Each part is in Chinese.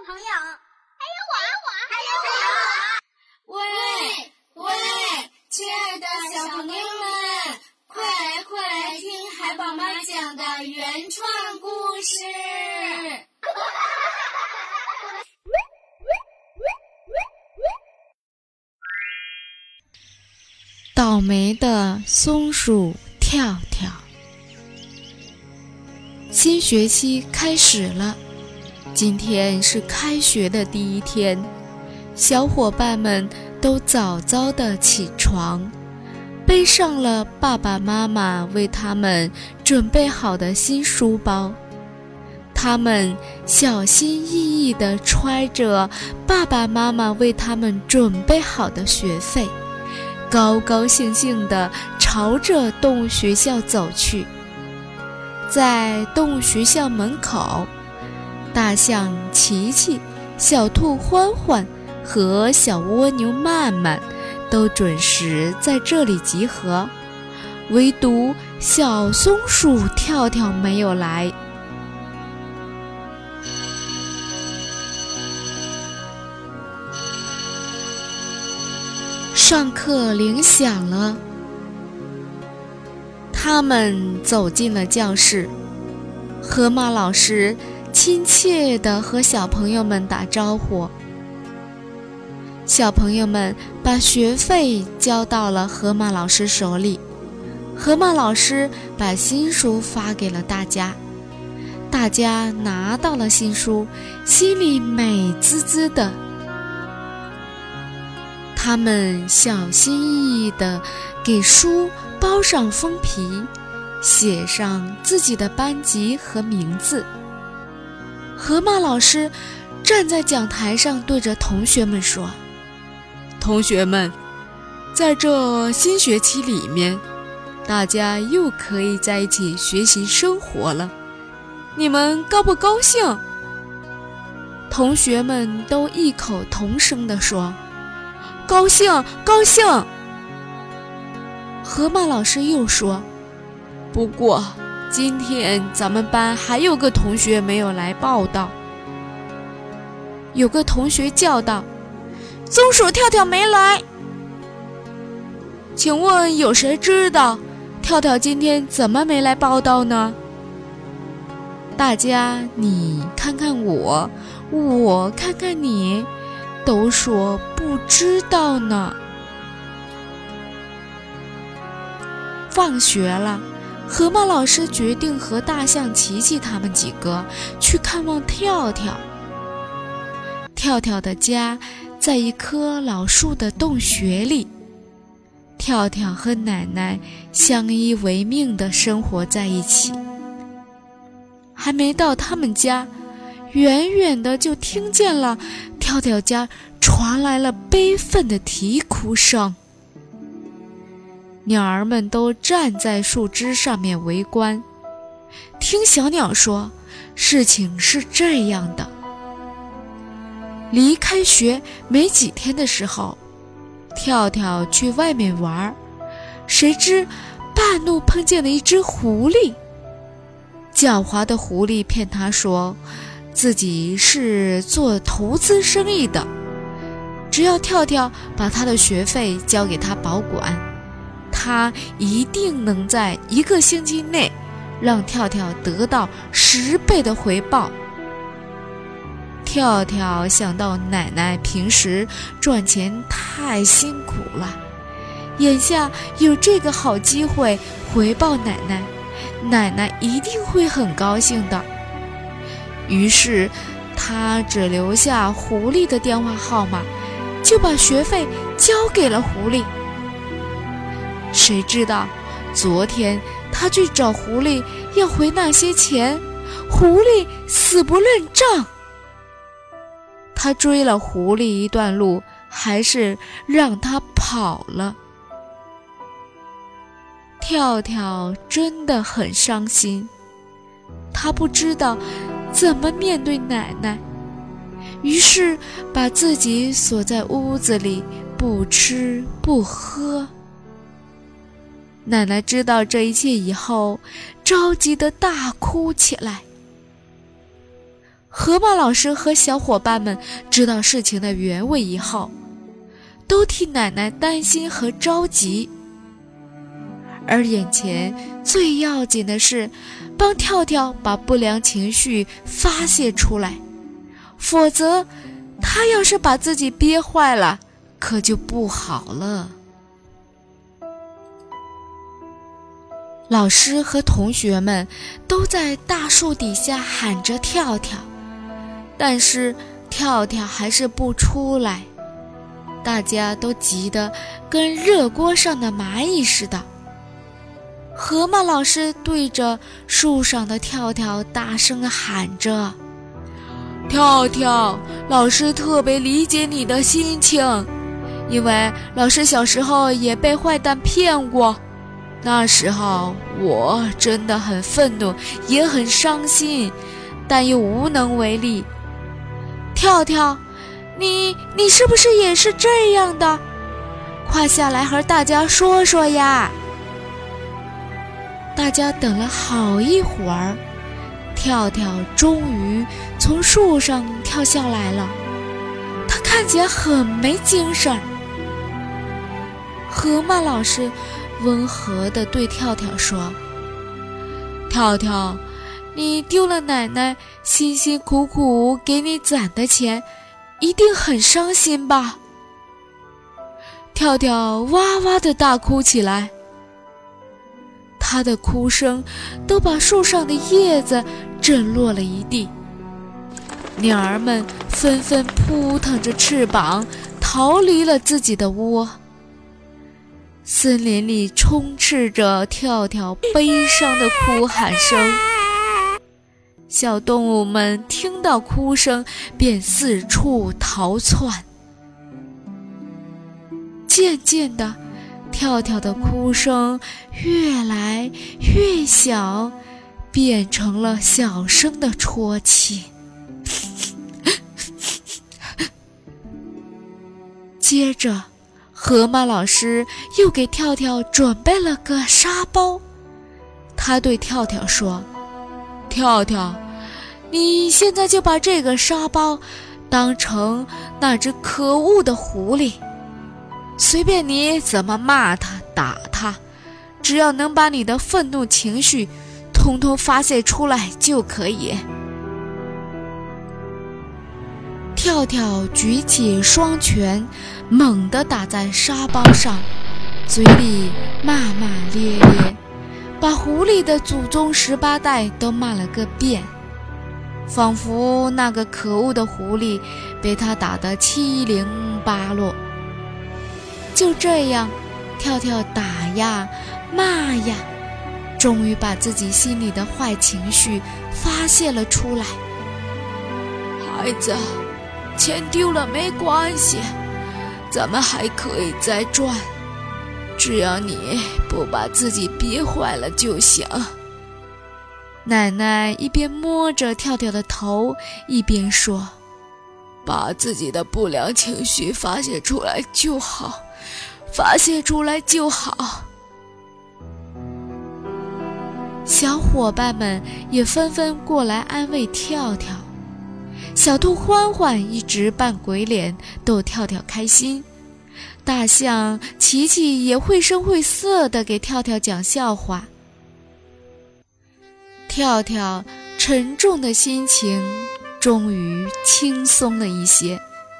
朋友，还有我， 喂，亲爱的小朋友们，快来听海宝妈讲的原创故事。倒霉的松鼠跳跳。新学期开始了，今天是开学的第一天，小伙伴们都早早地起床，背上了爸爸妈妈为他们准备好的新书包。他们小心翼翼地揣着爸爸妈妈为他们准备好的学费，高高兴兴地朝着动物学校走去。在动物学校门口，大象琪琪、小兔欢欢和小蜗牛曼曼都准时在这里集合，唯独小松鼠跳跳没有来。上课铃响了，他们走进了教室。河马老师亲切地和小朋友们打招呼。小朋友们把学费交到了河马老师手里，河马老师把新书发给了大家。大家拿到了新书，心里美滋滋的。他们小心翼翼地给书包上封皮，写上自己的班级和名字。河马老师站在讲台上对着同学们说：同学们，在这新学期里面，大家又可以在一起学习生活了，你们高不高兴？同学们都异口同声地说：高兴，高兴。河马老师又说：不过今天咱们班还有个同学没有来报到。有个同学叫道：松鼠跳跳没来。请问有谁知道跳跳今天怎么没来报到呢？大家你看看我，我看看你，都说不知道呢。放学了，河马老师决定和大象琪琪他们几个去看望跳跳。跳跳的家在一棵老树的洞穴里，跳跳和奶奶相依为命地生活在一起。还没到他们家，远远的就听见了跳跳家传来了悲愤的啼哭声。鸟儿们都站在树枝上面围观。听小鸟说，事情是这样的：离开学没几天的时候，跳跳去外面玩，谁知半路碰见了一只狐狸。狡猾的狐狸骗他说自己是做投资生意的，只要跳跳把他的学费交给他保管，他一定能在1个星期内让跳跳得到10倍的回报。跳跳想到奶奶平时赚钱太辛苦了，眼下有这个好机会回报奶奶，奶奶一定会很高兴的。于是他只留下狐狸的电话号码，就把学费交给了狐狸。谁知道昨天他去找狐狸要回那些钱，狐狸死不认账。他追了狐狸一段路，还是让他跑了。跳跳真的很伤心，他不知道怎么面对奶奶，于是把自己锁在屋子里，不吃不喝。奶奶知道这一切以后，着急地大哭起来。 河马老师和小伙伴们知道事情的原委以后，都替奶奶担心和着急。而眼前最要紧的是帮跳跳把不良情绪发泄出来，否则他要是把自己憋坏了，可就不好了。老师和同学们都在大树底下喊着跳跳，但是跳跳还是不出来，大家都急得跟热锅上的蚂蚁似的。河马老师对着树上的跳跳大声喊着：跳跳，老师特别理解你的心情，因为老师小时候也被坏蛋骗过，那时候我真的很愤怒，也很伤心，但又无能为力。跳跳，你是不是也是这样的？快下来和大家说说呀！大家等了好一会儿，跳跳终于从树上跳下来了，他看起来很没精神。河马老师温和地对跳跳说：跳跳，你丢了奶奶辛辛苦苦给你攒的钱，一定很伤心吧？跳跳哇哇地大哭起来，他的哭声都把树上的叶子震落了一地，鸟儿们纷纷扑腾着翅膀逃离了自己的窝。森林里充斥着跳跳悲伤的哭喊声，小动物们听到哭声便四处逃窜。渐渐的，跳跳的哭声越来越小，变成了小声的啜泣。接着，河马老师又给跳跳准备了个沙包，他对跳跳说：跳跳，你现在就把这个沙包当成那只可恶的狐狸，随便你怎么骂它打它，只要能把你的愤怒情绪统统发泄出来就可以。跳跳举起双拳，猛地打在沙包上，嘴里骂骂咧咧，把狐狸的祖宗18代都骂了个遍，仿佛那个可恶的狐狸被他打得七零八落。就这样，跳跳打呀骂呀，终于把自己心里的坏情绪发泄了出来。孩子，钱丢了没关系，咱们还可以再赚，只要你不把自己憋坏了就行。奶奶一边摸着跳跳的头，一边说：把自己的不良情绪发泄出来就好，发泄出来就好。小伙伴们也纷纷过来安慰跳跳，小兔欢欢一直扮鬼脸逗跳跳开心，大象琪琪也绘声绘色地给跳跳讲笑话。跳跳沉重的心情终于轻松了一些。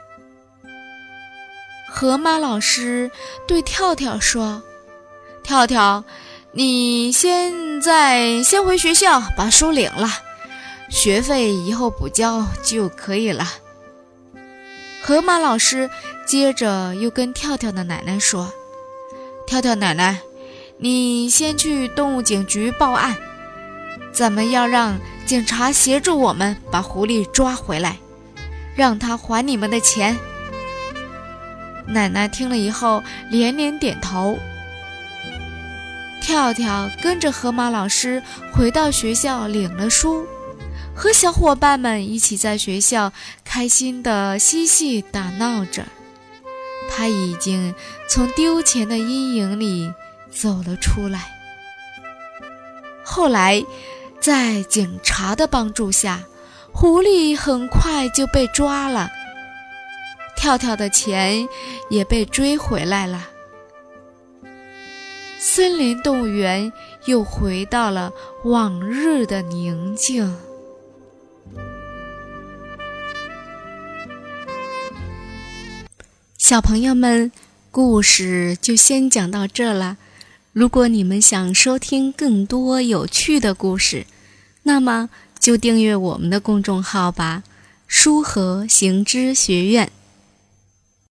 河马老师对跳跳说：跳跳，你先回学校把书领了，学费以后补交就可以了。河马老师接着又跟跳跳的奶奶说：跳跳奶奶，你先去动物警局报案，咱们要让警察协助我们把狐狸抓回来，让他还你们的钱。奶奶听了以后连连点头。跳跳跟着河马老师回到学校领了书，和小伙伴们一起在学校开心地嬉戏打闹着。他已经从丢钱的阴影里走了出来。后来在警察的帮助下， 狐狸很快就被抓了，跳跳的钱也被追回来了。森林动物园又回到了往日的宁静。小朋友们，故事就先讲到这了。如果你们想收听更多有趣的故事，那么就订阅我们的公众号吧，书和行知学院。